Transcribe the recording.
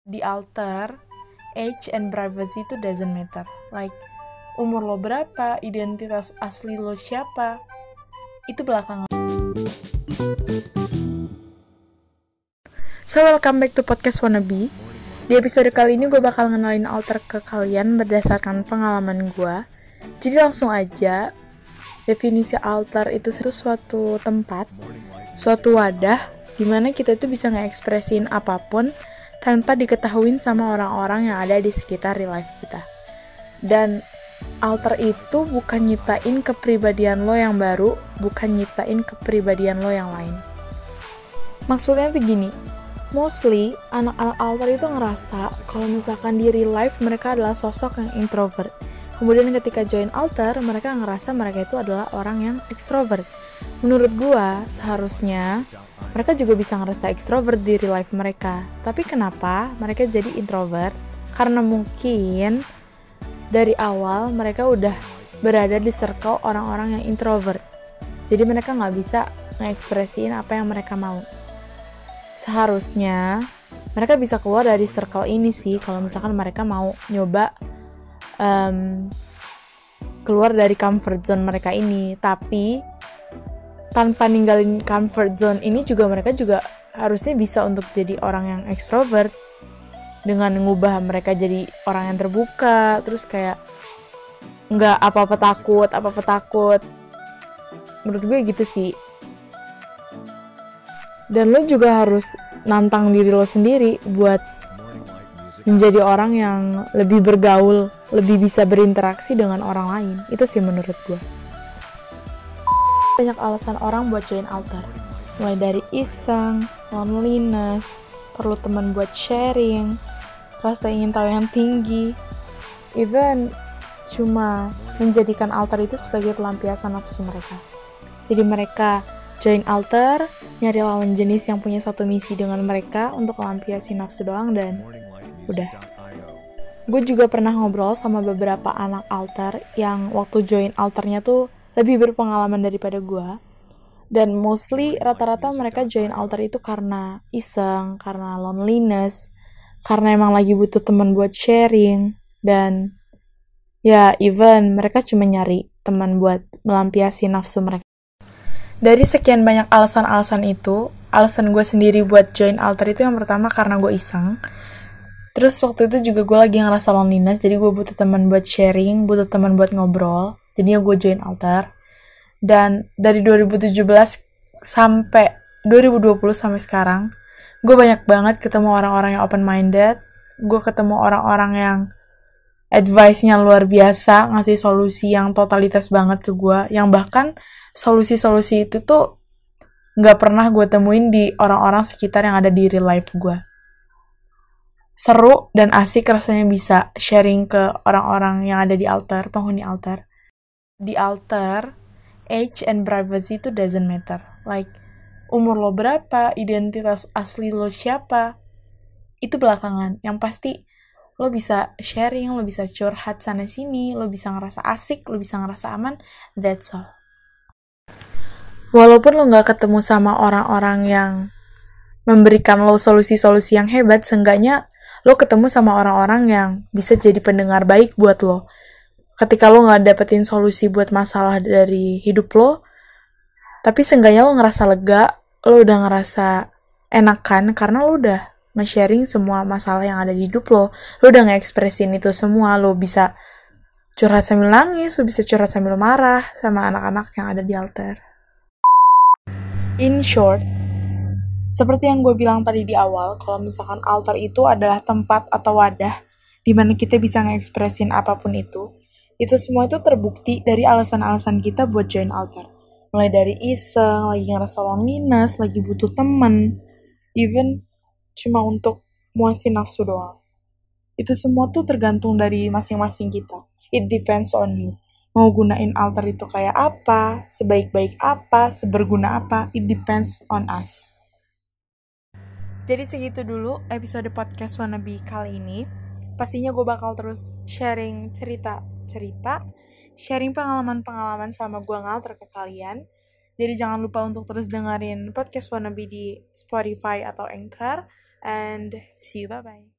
Di altar, age and privacy itu doesn't matter. Like, umur lo berapa, identitas asli lo siapa, itu belakangan. So, welcome back to Podcast Wannabe. Di episode kali ini gue bakal ngenalin altar ke kalian berdasarkan pengalaman gue. Jadi langsung aja, definisi altar itu suatu tempat, suatu wadah, dimana kita itu bisa ngekspresiin apapun tanpa diketahuin sama orang-orang yang ada di sekitar real life kita. Dan altar itu bukan nyiptain kepribadian lo yang baru, bukan nyiptain kepribadian lo yang lain. Maksudnya tuh gini, mostly anak-anak altar itu ngerasa kalau misalkan di real life mereka adalah sosok yang introvert. Kemudian ketika join altar, mereka ngerasa mereka itu adalah orang yang extrovert. Menurut gua, seharusnya mereka juga bisa ngerasa extrovert di real life mereka. Tapi kenapa mereka jadi introvert? Karena mungkin dari awal mereka udah berada di circle orang-orang yang introvert. Jadi mereka nggak bisa ngekspresiin apa yang mereka mau. Seharusnya mereka bisa keluar dari circle ini sih kalau misalkan mereka mau nyoba keluar dari comfort zone mereka ini. Tapi tanpa ninggalin comfort zone ini juga mereka juga harusnya bisa untuk jadi orang yang extrovert dengan mengubah mereka jadi orang yang terbuka, terus kayak nggak apa-apa takut. Menurut gue gitu sih. Dan lo juga harus nantang diri lo sendiri buat menjadi orang yang lebih bergaul, lebih bisa berinteraksi dengan orang lain. Itu sih menurut gue. Banyak alasan orang buat join altar. Mulai dari iseng, loneliness, perlu teman buat sharing, rasa ingin tahu yang tinggi, even cuma menjadikan altar itu sebagai pelampiasan nafsu mereka. Jadi mereka join altar, nyari lawan jenis yang punya satu misi dengan mereka untuk melampiasi nafsu doang dan udah. Gue juga pernah ngobrol sama beberapa anak altar yang waktu join altarnya tuh lebih berpengalaman daripada gue. Dan mostly rata-rata mereka join altar itu karena iseng, karena loneliness, karena emang lagi butuh teman buat sharing, dan ya even mereka cuma nyari teman buat melampiasi nafsu mereka. Dari sekian banyak alasan-alasan itu, alasan gue sendiri buat join altar itu yang pertama karena gue iseng. Terus waktu itu juga gue lagi ngerasa loneliness, jadi gue butuh teman buat sharing, butuh teman buat ngobrol. Jadinya gue join altar. Dan dari 2017 sampai 2020 sampai sekarang, gue banyak banget ketemu orang-orang yang open-minded. Gue ketemu orang-orang yang advice-nya luar biasa, ngasih solusi yang totalitas banget ke gue. Yang bahkan solusi-solusi itu tuh gak pernah gue temuin di orang-orang sekitar yang ada di real life gue. Seru dan asik rasanya bisa sharing ke orang-orang yang ada di altar, penghuni altar. Di altar, age and privacy itu doesn't matter. Like, umur lo berapa, identitas asli lo siapa, itu belakangan. Yang pasti lo bisa sharing, lo bisa curhat sana-sini, lo bisa ngerasa asik, lo bisa ngerasa aman, that's all. Walaupun lo gak ketemu sama orang-orang yang memberikan lo solusi-solusi yang hebat, seenggaknya lo ketemu sama orang-orang yang bisa jadi pendengar baik buat lo. Ketika lo gak dapetin solusi buat masalah dari hidup lo, tapi seenggaknya lo ngerasa lega, lo udah ngerasa enakan karena lo udah nge-sharing semua masalah yang ada di hidup lo. Lo udah nge-ekspresin itu semua, lo bisa curhat sambil nangis, lo bisa curhat sambil marah sama anak-anak yang ada di altar. In short, seperti yang gue bilang tadi di awal, kalau misalkan altar itu adalah tempat atau wadah di mana kita bisa ngekspresin apapun itu semua itu terbukti dari alasan-alasan kita buat join altar. Mulai dari iseng, lagi ngerasa loneliness, lagi butuh temen, even cuma untuk muasin nafsu doang. Itu semua tuh tergantung dari masing-masing kita. It depends on you. Mau gunain altar itu kayak apa, sebaik-baik apa, seberguna apa, it depends on us. Jadi segitu dulu episode podcast Wannabe kali ini. Pastinya gue bakal terus sharing cerita, sharing pengalaman-pengalaman sama gue ngalter ke kalian. Jadi jangan lupa untuk terus dengerin podcast Wannabe di Spotify atau Anchor. And see you, bye-bye.